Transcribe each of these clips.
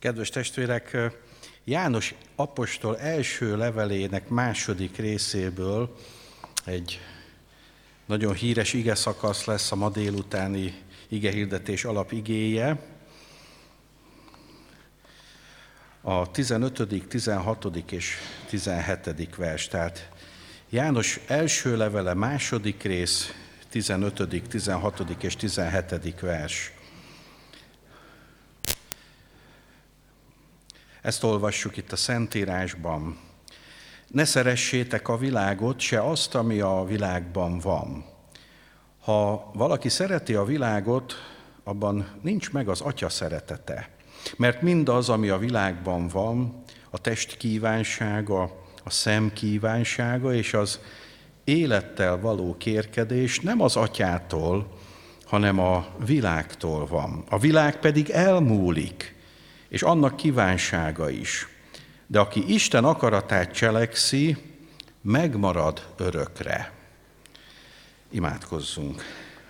Kedves testvérek, János apostol első levelének második részéből egy nagyon híres igeszakasz lesz a ma délutáni igehirdetés alapigéje. A 15., 16. és 17. vers. Tehát János első levele második rész, 15., 16. és 17. vers. Ezt olvassuk itt a Szentírásban. Ne szeressétek a világot, se azt, ami a világban van. Ha valaki szereti a világot, abban nincs meg az Atya szeretete. Mert mindaz, ami a világban van, a test kívánsága, a szem kívánsága és az élettel való kérkedés nem az Atyától, hanem a világtól van. A világ pedig elmúlik, és annak kívánsága is. De aki Isten akaratát cselekszi, megmarad örökre. Imádkozzunk.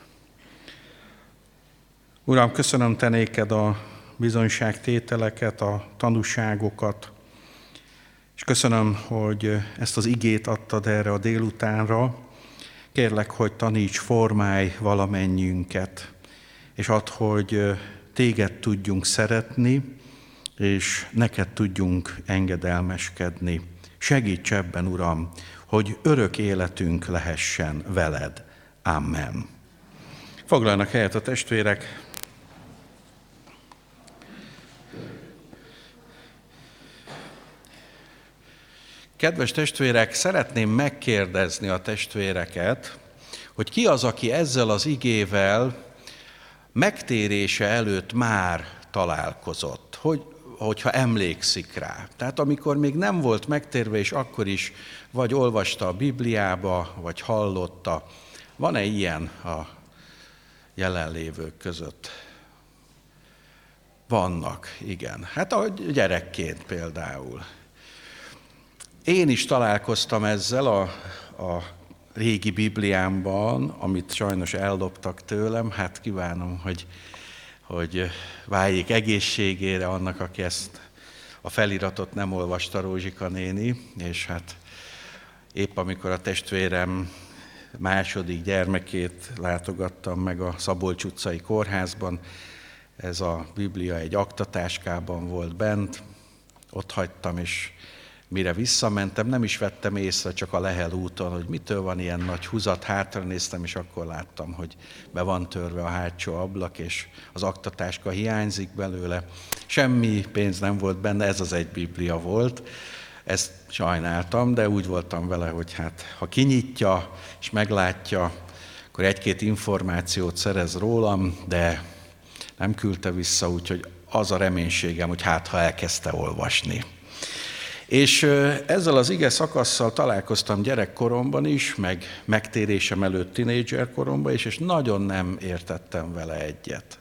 Uram, köszönöm Te néked a bizonyságtételeket, a tanúságokat, és köszönöm, hogy ezt az igét adtad erre a délutánra. Kérlek, hogy taníts, formálj valamennyiünket, és add, hogy Téged tudjunk szeretni, és neked tudjunk engedelmeskedni. Segíts ebben, Uram, hogy örök életünk lehessen veled. Amen. Foglalnak helyet a testvérek. Kedves testvérek, szeretném megkérdezni a testvéreket, hogy ki az, aki ezzel az igével megtérése előtt már találkozott, hogyha emlékszik rá. Tehát amikor még nem volt megtérve, és akkor is vagy olvasta a Bibliába, vagy hallotta. Van-e ilyen a jelenlévők között? Vannak, igen. Hát ahogy gyerekként például. Én is találkoztam ezzel a régi Bibliámban, amit sajnos elloptak tőlem. Hát kívánom, hogy váljék egészségére annak, aki ezt a feliratot nem olvasta, Rózsika néni, és hát épp amikor a testvérem második gyermekét látogattam meg a Szabolcs utcai kórházban, ez a Biblia egy aktatáskában volt bent, ott hagytam, és mire visszamentem, nem is vettem észre, csak a Lehel úton, hogy mitől van ilyen nagy húzat, hátra néztem, és akkor láttam, hogy be van törve a hátsó ablak, és az aktatáska hiányzik belőle. Semmi pénz nem volt benne, ez az egy Biblia volt. Ezt sajnáltam, de úgy voltam vele, hogy hát ha kinyitja és meglátja, akkor egy-két információt szerez rólam, de nem küldte vissza, úgyhogy az a reménységem, hogy hát ha elkezdte olvasni. És ezzel az ige szakasszal találkoztam gyerekkoromban is, meg megtérésem előtt tínédzserkoromban is, és nagyon nem értettem vele egyet.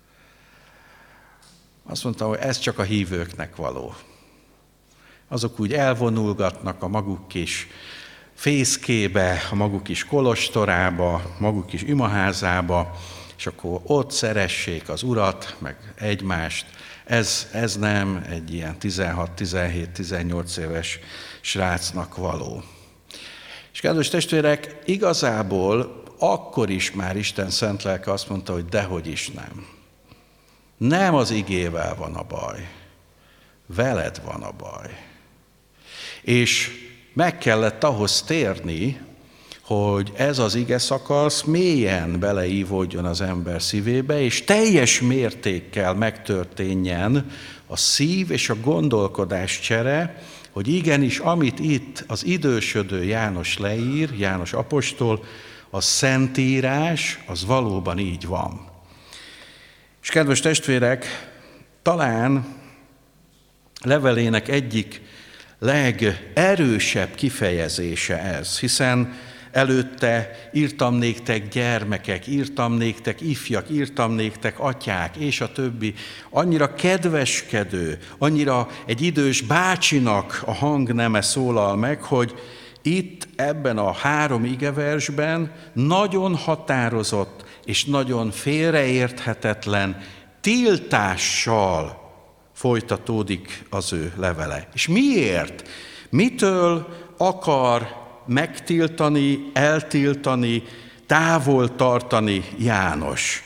Azt mondtam, hogy ez csak a hívőknek való. Azok úgy elvonulgatnak a maguk kis fészkébe, a maguk kis kolostorába, maguk kis imaházába, és akkor ott szeressék az Urat, meg egymást. Ez nem egy ilyen 16, 17, 18 éves srácnak való. És kedves testvérek, igazából akkor is már Isten szent lelke azt mondta, hogy dehogy is nem. Nem az igével van a baj, veled van a baj. És meg kellett ahhoz térni, hogy ez az ige szakasz mélyen beleívódjon az ember szívébe, és teljes mértékkel megtörténjen a szív és a gondolkodás csere, hogy igenis, amit itt az idősödő János leír, János apostol, a Szentírás, az valóban így van. És kedves testvérek, talán levelének egyik legerősebb kifejezése ez, hiszen előtte írtam néktek gyermekek, írtam néktek ifjak, írtam néktek atyák, és a többi. Annyira kedveskedő, annyira egy idős bácsinak a hangneme szólal meg, hogy itt ebben a 3 igeversben nagyon határozott és nagyon félreérthetetlen tiltással folytatódik az ő levele. És miért? Mitől akar megtiltani, eltiltani, távol tartani János?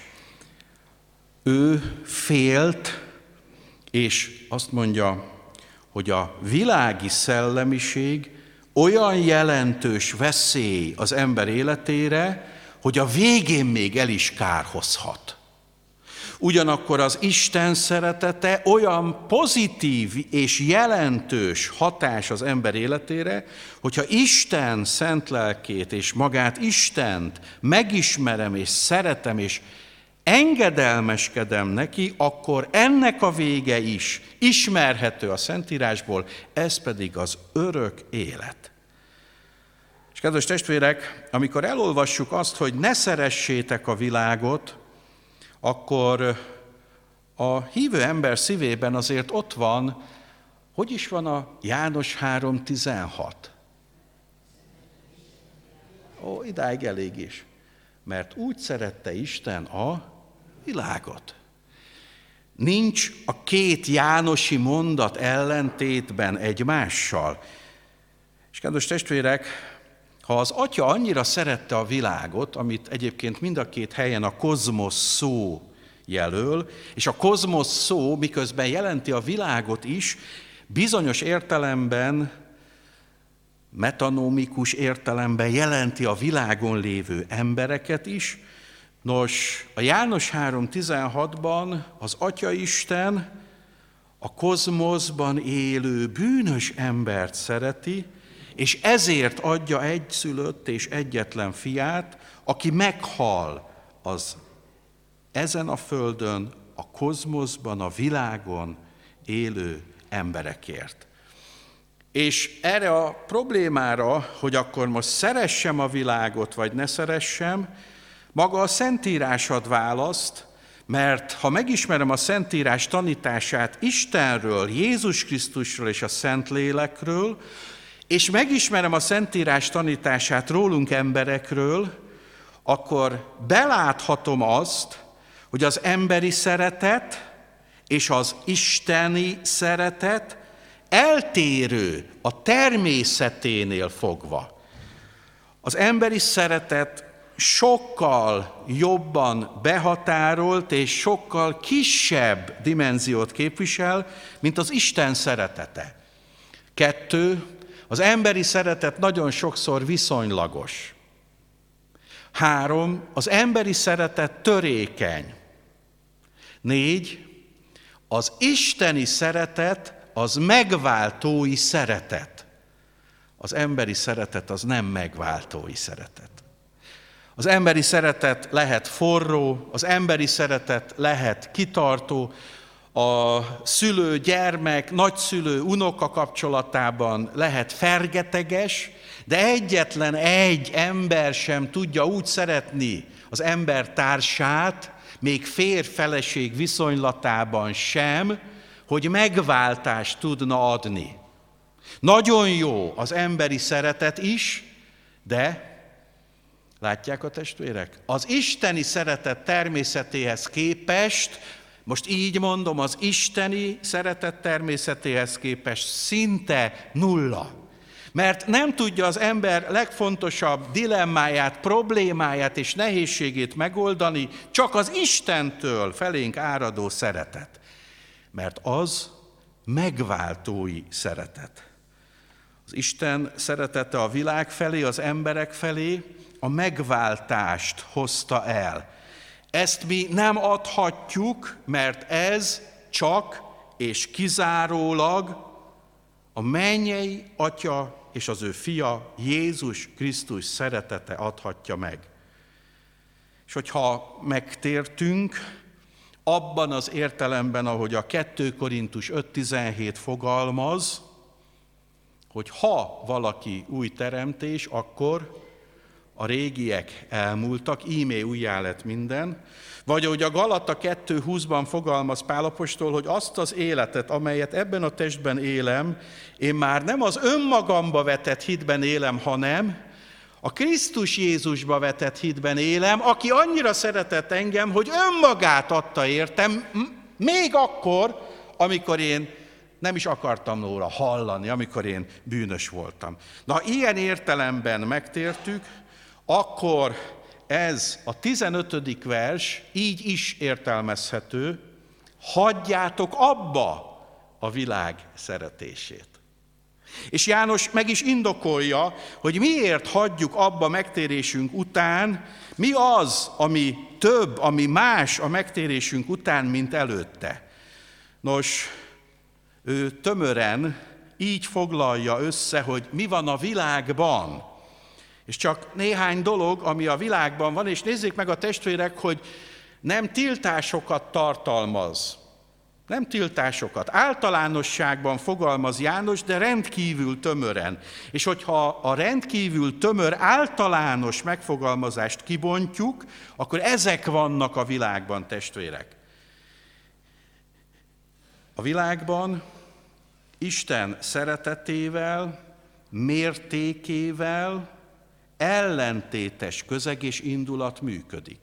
Ő félt, és azt mondja, hogy a világi szellemiség olyan jelentős veszély az ember életére, hogy a végén még el is kárhozhat. Ugyanakkor az Isten szeretete olyan pozitív és jelentős hatás az ember életére, hogyha Isten szent lelkét és magát Istent megismerem és szeretem és engedelmeskedem neki, akkor ennek a vége is ismerhető a Szentírásból, ez pedig az örök élet. És kedves testvérek, amikor elolvassuk azt, hogy ne szeressétek a világot, akkor a hívő ember szívében azért ott van, hogy is van a János 3:16? Ó, idáig elég is. Mert úgy szerette Isten a világot. Nincs a két jánosi mondat ellentétben egymással. És kedves testvérek, ha az Atya annyira szerette a világot, amit egyébként mind a két helyen a kozmosz szó jelöl, és a kozmosz szó miközben jelenti a világot is, bizonyos értelemben, metanomikus értelemben jelenti a világon lévő embereket is. Nos, a János 3:16-ban az Atyaisten a kozmoszban élő bűnös embert szereti, és ezért adja egyszülött és egyetlen fiát, aki meghal az ezen a földön, a kozmoszban, a világon élő emberekért. És erre a problémára, hogy akkor most szeressem a világot, vagy ne szeressem, maga a Szentírás ad választ, mert ha megismerem a Szentírás tanítását Istenről, Jézus Krisztusról és a Szentlélekről, és megismerem a Szentírás tanítását rólunk emberekről, akkor beláthatom azt, hogy az emberi szeretet és az isteni szeretet eltérő a természeténél fogva. Az emberi szeretet sokkal jobban behatárolt és sokkal kisebb dimenziót képvisel, mint az Isten szeretete. 2. Az emberi szeretet nagyon sokszor viszonylagos. 3. Az emberi szeretet törékeny. 4. Az isteni szeretet az megváltói szeretet. Az emberi szeretet az nem megváltói szeretet. Az emberi szeretet lehet forró, az emberi szeretet lehet kitartó, a szülő-gyermek, nagyszülő, unoka kapcsolatában lehet fergeteges, de egyetlen egy ember sem tudja úgy szeretni az ember társát, még férj-feleség viszonylatában sem, hogy megváltást tudna adni. Nagyon jó az emberi szeretet is, de látják a testvérek? Az isteni szeretet természetéhez képest, most így mondom, az isteni szeretet természetéhez képest szinte nulla. Mert nem tudja az ember legfontosabb dilemmáját, problémáját és nehézségét megoldani, csak az Istentől felénk áradó szeretet. Mert az megváltói szeretet. Az Isten szeretete a világ felé, az emberek felé a megváltást hozta el. Ezt mi nem adhatjuk, mert ez csak és kizárólag a mennyei Atya és az ő fia Jézus Krisztus szeretete adhatja meg. És hogyha megtértünk, abban az értelemben, ahogy a 2 Korintus 5:17 fogalmaz, hogy ha valaki új teremtés, akkor a régiek elmúltak, íme újjá lett minden, vagy ahogy a Galata 2:20-ban fogalmaz Pál apostol, hogy azt az életet, amelyet ebben a testben élem, én már nem az önmagamba vetett hitben élem, hanem a Krisztus Jézusba vetett hitben élem, aki annyira szeretett engem, hogy önmagát adta értem, még akkor, amikor én nem is akartam róla hallani, amikor én bűnös voltam. Na, ilyen értelemben megtértük, akkor ez a 15. vers így is értelmezhető, hagyjátok abba a világ szeretését. És János meg is indokolja, hogy miért hagyjuk abba megtérésünk után, mi az, ami több, ami más a megtérésünk után, mint előtte. Nos, ő tömören így foglalja össze, hogy mi van a világban. És csak néhány dolog, ami a világban van, és nézzék meg a testvérek, hogy nem tiltásokat tartalmaz. Nem tiltásokat. Általánosságban fogalmaz János, de rendkívül tömören. És hogyha a rendkívül tömör általános megfogalmazást kibontjuk, akkor ezek vannak a világban, testvérek. A világban Isten szeretetével, mértékével ellentétes közeg és indulat működik.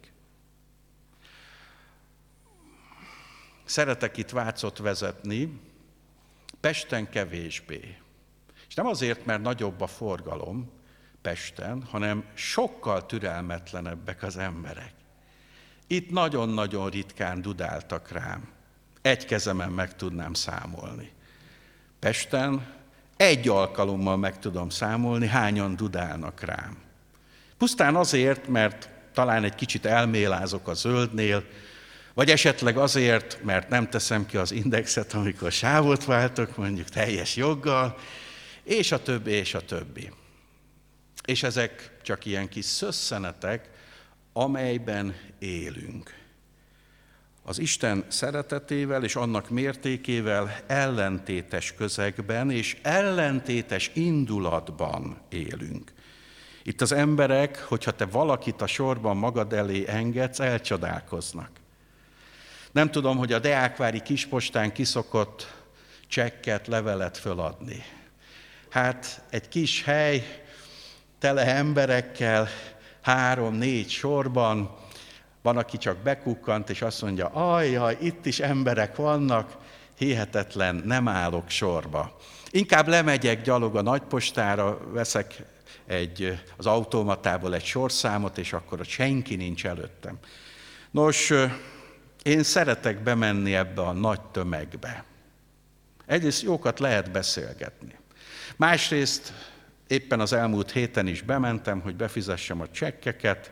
Szeretek itt Vácot vezetni, Pesten kevésbé. És nem azért, mert nagyobb a forgalom Pesten, hanem sokkal türelmetlenebbek az emberek. Itt nagyon-nagyon ritkán dudáltak rám. Egy kezemen meg tudnám számolni. Pesten egy alkalommal meg tudom számolni, hányan dudálnak rám. Pusztán azért, mert talán egy kicsit elmélázok a zöldnél, vagy esetleg azért, mert nem teszem ki az indexet, amikor sávot váltok, mondjuk teljes joggal, és a többi, és a többi. És ezek csak ilyen kis szösszenetek, amelyben élünk. Az Isten szeretetével és annak mértékével ellentétes közegben és ellentétes indulatban élünk. Itt az emberek, hogyha te valakit a sorban magad elé engedsz, elcsodálkoznak. Nem tudom, hogy a Deákvári kispostán kiszokott csekket, levelet föladni. Hát egy kis hely, tele emberekkel, 3-4 sorban, van, aki csak bekukkant, és azt mondja, ajjaj, itt is emberek vannak, hihetetlen, nem állok sorba. Inkább lemegyek gyalog a nagypostára, veszek az automatából egy sorszámot, és akkor ott senki nincs előttem. Nos, én szeretek bemenni ebbe a nagy tömegbe. Egyrészt jókat lehet beszélgetni. Másrészt éppen az elmúlt héten is bementem, hogy befizessem a csekkeket,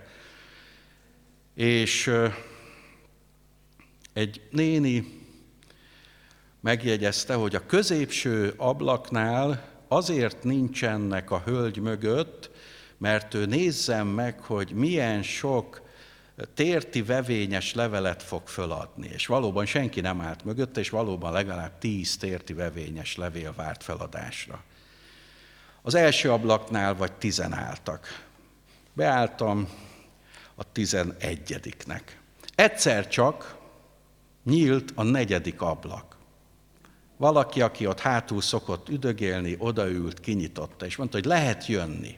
és egy néni megjegyezte, hogy a középső ablaknál azért nincsenek a hölgy mögött, mert ő nézzem meg, hogy milyen sok térti vevényes levelet fog föladni. És valóban senki nem állt mögötte, és valóban legalább 10 térti vevényes levél várt feladásra. Az első ablaknál vagy 10 álltak. Beálltam a 11-nek. Egyszer csak nyílt a 4. ablak. Valaki, aki ott hátul szokott üdögélni, odaült, kinyitotta, és mondta, hogy lehet jönni.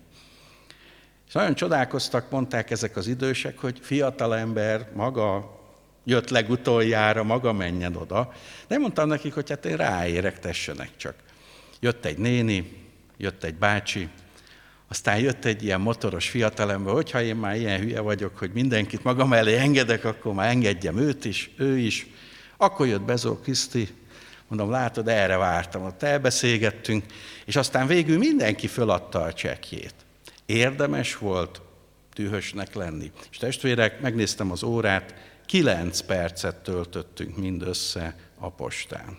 És nagyon csodálkoztak, mondták ezek az idősek, hogy fiatalember maga jött legutoljára, maga menjen oda. De mondtam nekik, hogy hát én ráérek, tessenek csak. Jött egy néni, jött egy bácsi, aztán jött egy ilyen motoros fiatalember, hogyha én már ilyen hülye vagyok, hogy mindenkit magam elé engedek, akkor már engedjem őt is, ő is. Akkor jött Bezó Kriszti, mondom, látod, erre vártam, ott elbeszélgettünk, és aztán végül mindenki föladta a csekkjét. Érdemes volt dühösnek lenni. És testvérek, megnéztem az órát, 9 percet töltöttünk mindössze a postán.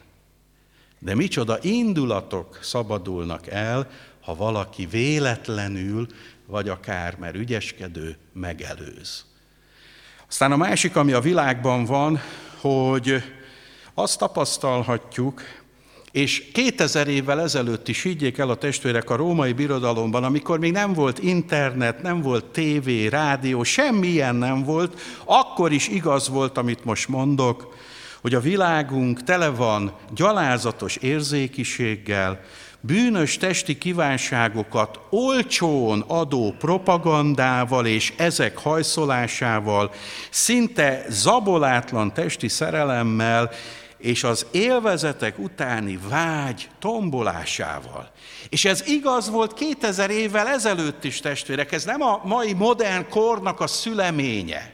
De micsoda indulatok szabadulnak el, ha valaki véletlenül, vagy akár mert ügyeskedő megelőz. Aztán a másik, ami a világban van, hogy azt tapasztalhatjuk, és 2000 évvel ezelőtt is higgyék el a testvérek a római birodalomban, amikor még nem volt internet, nem volt tévé, rádió, semmilyen nem volt, akkor is igaz volt, amit most mondok, hogy a világunk tele van gyalázatos érzékiséggel, bűnös testi kívánságokat olcsón adó propagandával és ezek hajszolásával, szinte zabolátlan testi szerelemmel, és az élvezetek utáni vágy tombolásával. És ez igaz volt 2000 évvel ezelőtt is, testvérek, ez nem a mai modern kornak a szüleménye.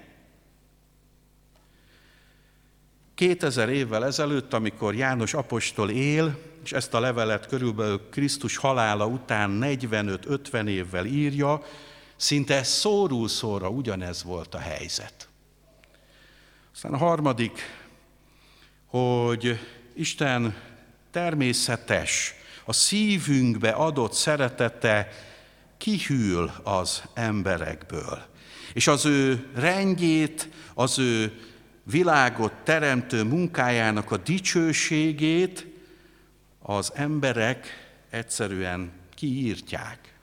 2000 évvel ezelőtt, amikor János apostol él, és ezt a levelet körülbelül Krisztus halála után 45-50 évvel írja, szinte szóról szóra ugyanez volt a helyzet. Aztán a harmadik, hogy Isten természetes, a szívünkbe adott szeretete kihűl az emberekből. És az ő rendjét, az ő világot teremtő munkájának a dicsőségét az emberek egyszerűen kiírtják.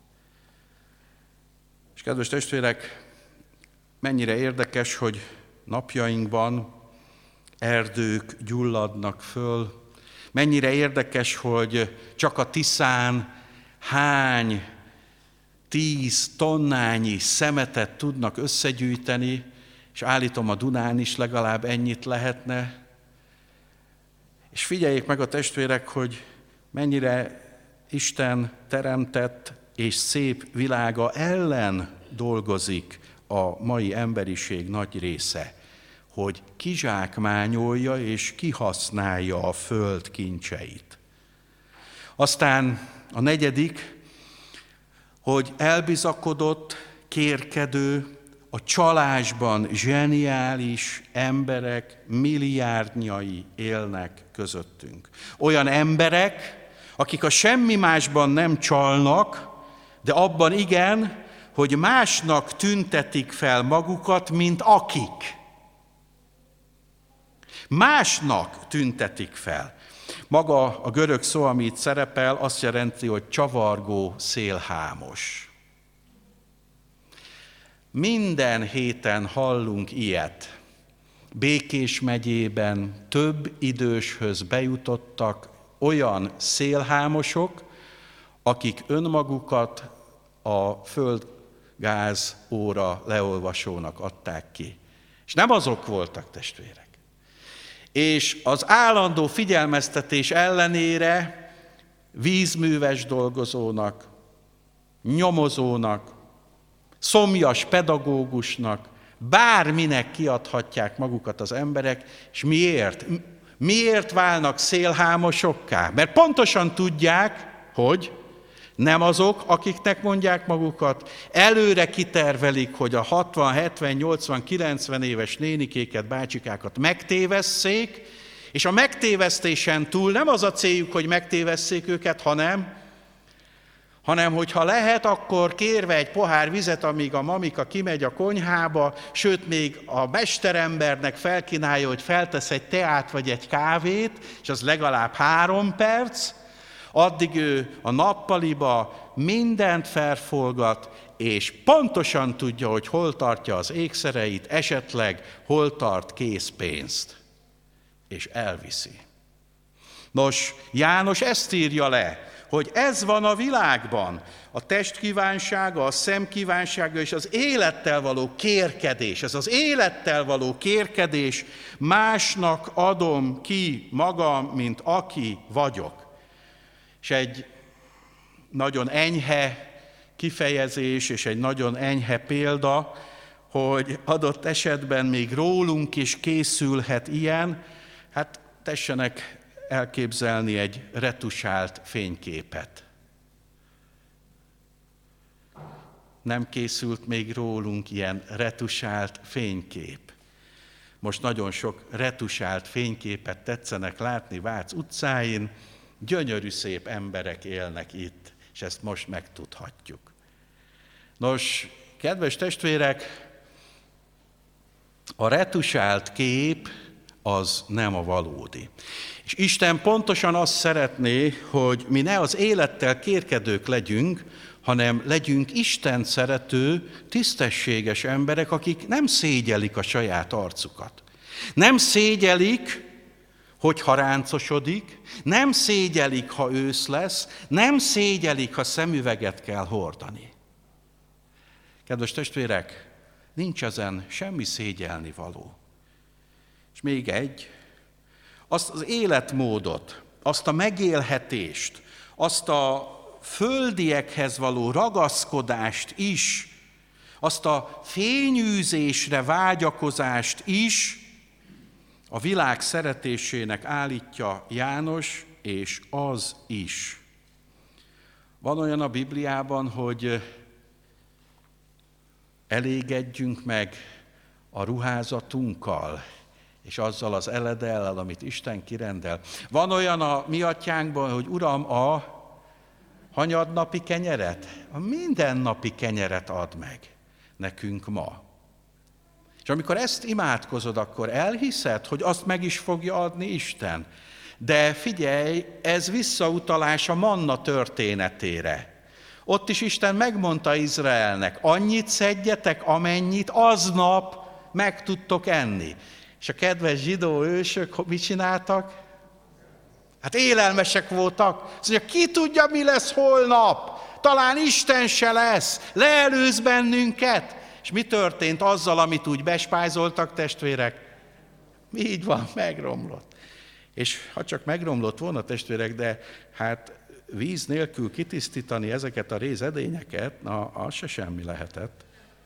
És kedves testvérek, mennyire érdekes, hogy napjainkban erdők gyulladnak föl, mennyire érdekes, hogy csak a Tiszán hány 10 tonnányi szemetet tudnak összegyűjteni, és állítom, a Dunán is legalább ennyit lehetne. És figyeljék meg a testvérek, hogy mennyire Isten teremtett és szép világa ellen dolgozik a mai emberiség nagy része, hogy kizsákmányolja és kihasználja a föld kincseit. Aztán a negyedik, hogy elbizakodott, kérkedő, a csalásban zseniális emberek milliárdnyai élnek közöttünk. Olyan emberek, akik a semmi másban nem csalnak, de abban igen, hogy másnak tüntetik fel magukat, mint akik. Másnak tüntetik fel. Maga a görög szó, ami itt szerepel, azt jelenti, hogy csavargó, szélhámos. Minden héten hallunk ilyet. Békés megyében több időshöz bejutottak olyan szélhámosok, akik önmagukat a földgáz óra leolvasónak adták ki. És nem azok voltak, testvérek. És az állandó figyelmeztetés ellenére vízműves dolgozónak, nyomozónak, szomjas pedagógusnak, bárminek kiadhatják magukat az emberek, és miért? Miért válnak szélhámosokká? Mert pontosan tudják, hogy nem azok, akiknek mondják magukat, előre kitervelik, hogy a 60, 70, 80, 90 éves nénikéket, bácsikákat megtévesszék, és a megtévesztésen túl nem az a céljuk, hogy megtévesszék őket, hanem hogyha lehet, akkor kérve egy pohár vizet, amíg a mamika kimegy a konyhába, sőt, még a mesterembernek felkínálja, hogy feltesz egy teát vagy egy kávét, és az legalább 3 perc, addig ő a nappaliba mindent felforgat, és pontosan tudja, hogy hol tartja az ékszereit, esetleg hol tart készpénzt, és elviszi. Nos, János ezt írja le, hogy ez van a világban, a test kívánsága, a szem kívánsága és az élettel való kérkedés. Ez az élettel való kérkedés, másnak adom ki magam, mint aki vagyok. És egy nagyon enyhe kifejezés, és egy nagyon enyhe példa, hogy adott esetben még rólunk is készülhet ilyen, hát tessenek elképzelni egy retusált fényképet. Nem készült még rólunk ilyen retusált fénykép. Most nagyon sok retusált fényképet tetszenek látni Vác utcáin, gyönyörű szép emberek élnek itt, és ezt most megtudhatjuk. Nos, kedves testvérek, a retusált kép az nem a valódi. És Isten pontosan azt szeretné, hogy mi ne az élettel kérkedők legyünk, hanem legyünk Istent szerető, tisztességes emberek, akik nem szégyelik a saját arcukat. Nem szégyelik, hogyha ráncosodik, nem szégyelik, ha ősz lesz, nem szégyelik, ha szemüveget kell hordani. Kedves testvérek, nincs ezen semmi szégyelni való. És még egy, azt az életmódot, azt a megélhetést, azt a földiekhez való ragaszkodást is, azt a fényűzésre vágyakozást is a világ szeretésének állítja János, és az is. Van olyan a Bibliában, hogy elégedjünk meg a ruházatunkkal, és azzal az eledellel, amit Isten kirendel. Van olyan a mi atyánkban, hogy Uram, a hanyadnapi kenyeret, a mindennapi kenyeret add meg nekünk ma. És amikor ezt imádkozod, akkor elhiszed, hogy azt meg is fogja adni Isten. De figyelj, ez visszautalás a manna történetére. Ott is Isten megmondta Izraelnek, annyit szedjetek, amennyit aznap meg tudtok enni. És a kedves zsidó ősök mit csináltak? Hát élelmesek voltak. Azt mondja, ki tudja, mi lesz holnap? Talán Isten se lesz. Leelőz bennünket. És mi történt azzal, amit úgy bespájzoltak, testvérek? Így van, megromlott. És ha csak megromlott volna, testvérek, de hát víz nélkül kitisztítani ezeket a rézedényeket, na, az se semmi lehetett.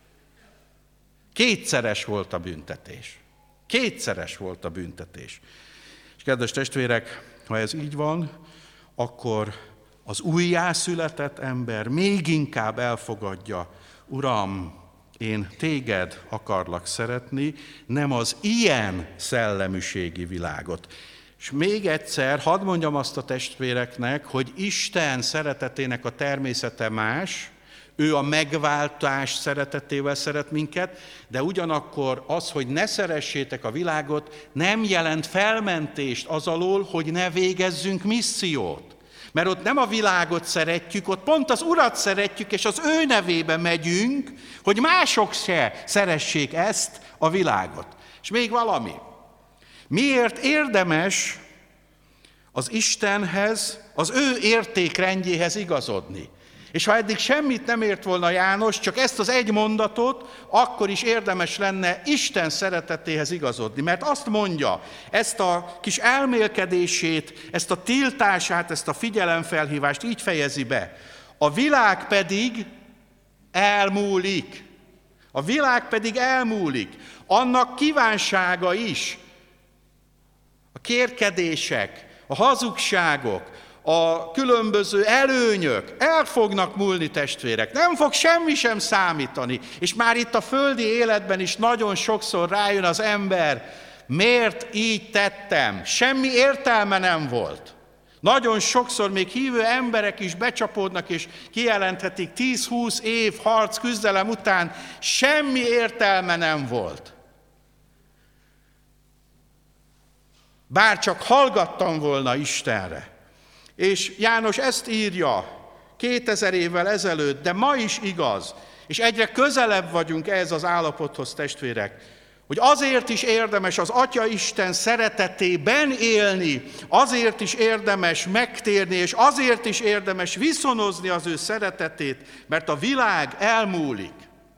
Kétszeres volt a büntetés. Kétszeres volt a büntetés. És kedves testvérek, ha ez így van, akkor az újjászületett ember még inkább elfogadja, Uram, én téged akarlak szeretni, nem az ilyen szelleműségi világot. És még egyszer, hadd mondjam azt a testvéreknek, hogy Isten szeretetének a természete más, ő a megváltás szeretetével szeret minket, de ugyanakkor az, hogy ne szeressétek a világot, nem jelent felmentést az alól, hogy ne végezzünk missziót. Mert ott nem a világot szeretjük, ott pont az Urat szeretjük, és az ő nevébe megyünk, hogy mások se szeressék ezt a világot. És még valami. Miért érdemes az Istenhez, az ő értékrendjéhez igazodni? És ha eddig semmit nem ért volna János, csak ezt az egy mondatot, akkor is érdemes lenne Isten szeretetéhez igazodni. Mert azt mondja, ezt a kis elmélkedését, ezt a tiltását, ezt a figyelemfelhívást így fejezi be. A világ pedig elmúlik. A világ pedig elmúlik. Annak kívánsága is. A kérkedések, a hazugságok, a különböző előnyök el fognak múlni, testvérek. Nem fog semmi sem számítani. És már itt a földi életben is nagyon sokszor rájön az ember, miért így tettem? Semmi értelme nem volt. Nagyon sokszor még hívő emberek is becsapódnak és kijelenthetik 10-20 év harc, küzdelem után, semmi értelme nem volt. Bár csak hallgattam volna Istenre. És János ezt írja 2000 évvel ezelőtt, de ma is igaz, és egyre közelebb vagyunk ehhez az állapothoz, testvérek, hogy azért is érdemes az Atya Isten szeretetében élni, azért is érdemes megtérni, és azért is érdemes viszonozni az ő szeretetét, mert a világ elmúlik.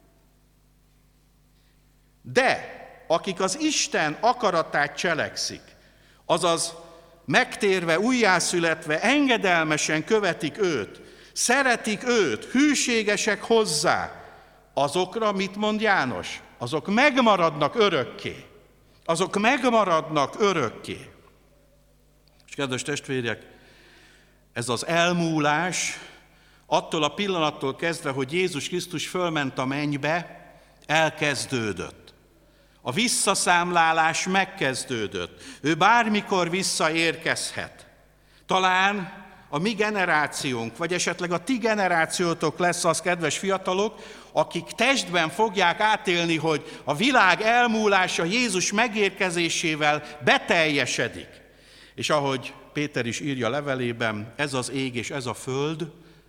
De akik az Isten akaratát cselekszik, azaz megtérve, újjászületve, engedelmesen követik őt, szeretik őt, hűségesek hozzá, azokra mit mond János? Azok megmaradnak örökké. Azok megmaradnak örökké. És kedves testvérek, ez az elmúlás attól a pillanattól kezdve, hogy Jézus Krisztus fölment a mennybe, elkezdődött. A visszaszámlálás megkezdődött. Ő bármikor visszaérkezhet. Talán a mi generációnk, vagy esetleg a ti generációtok lesz az, kedves fiatalok, akik testben fogják átélni, hogy a világ elmúlása Jézus megérkezésével beteljesedik. És ahogy Péter is írja levelében, ez az ég és ez a föld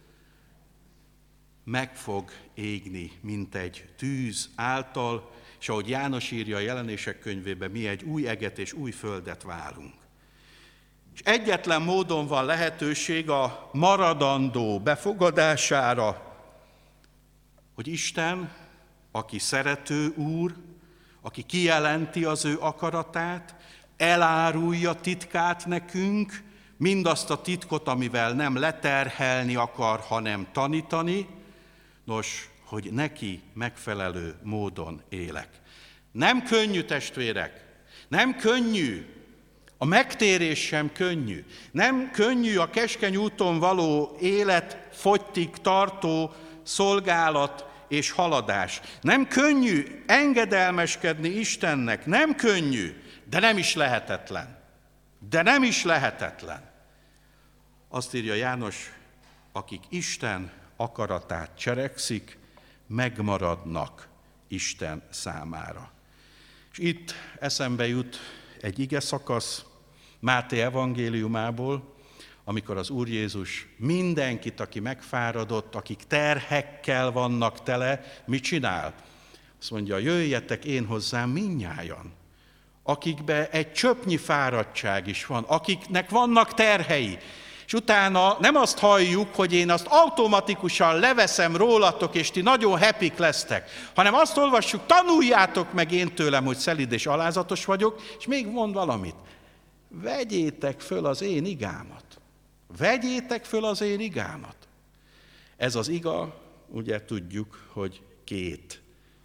meg fog égni, mint egy tűz által, és ahogy János írja a Jelenések könyvében, mi egy új eget és új földet várunk. És egyetlen módon van lehetőség a maradandó befogadására, hogy Isten, aki szerető Úr, aki kijelenti az ő akaratát, elárulja titkát nekünk, mindazt a titkot, amivel nem leterhelni akar, hanem tanítani, nos, hogy neki megfelelő módon élek. Nem könnyű, testvérek, nem könnyű, a megtérés sem könnyű, nem könnyű a keskeny úton való élet fogytig tartó szolgálat és haladás. Nem könnyű engedelmeskedni Istennek, nem könnyű, de nem is lehetetlen. De nem is lehetetlen. Azt írja János, akik Isten akaratát cselekszik, megmaradnak Isten számára. És itt eszembe jut egy ige szakasz Máté evangéliumából, amikor az Úr Jézus mindenkit, aki megfáradott, akik terhekkel vannak tele, mit csinál? Azt mondja, jöjjetek én hozzám mindnyájan, akikbe egy csöpnyi fáradtság is van, akiknek vannak terhei. És utána nem azt halljuk, hogy én azt automatikusan leveszem rólatok, és ti nagyon happyk lesztek, hanem azt olvassuk, tanuljátok meg én tőlem, hogy szelíd és alázatos vagyok, és még mond valamit. Vegyétek föl az én igámat. Vegyétek föl az én igámat. Ez az iga, ugye tudjuk, hogy két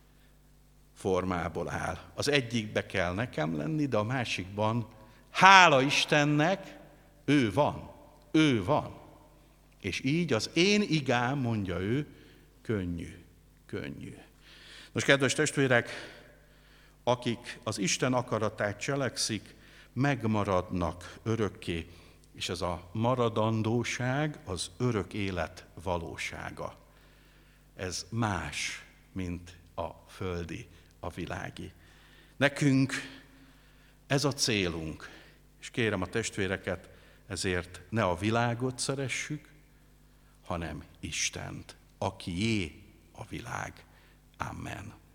formából áll. Az egyikbe kell nekem lenni, de a másikban, hála Istennek, ő van. Ő van. És így az én igám, mondja ő, könnyű, könnyű. Most, kedves testvérek, akik az Isten akaratát cselekszik, megmaradnak örökké, és ez a maradandóság az örök élet valósága. Ez más, mint a földi, a világi. Nekünk ez a célunk, és kérem a testvéreket, ezért ne a világot szeressük, hanem Istent, akié a világ. Amen.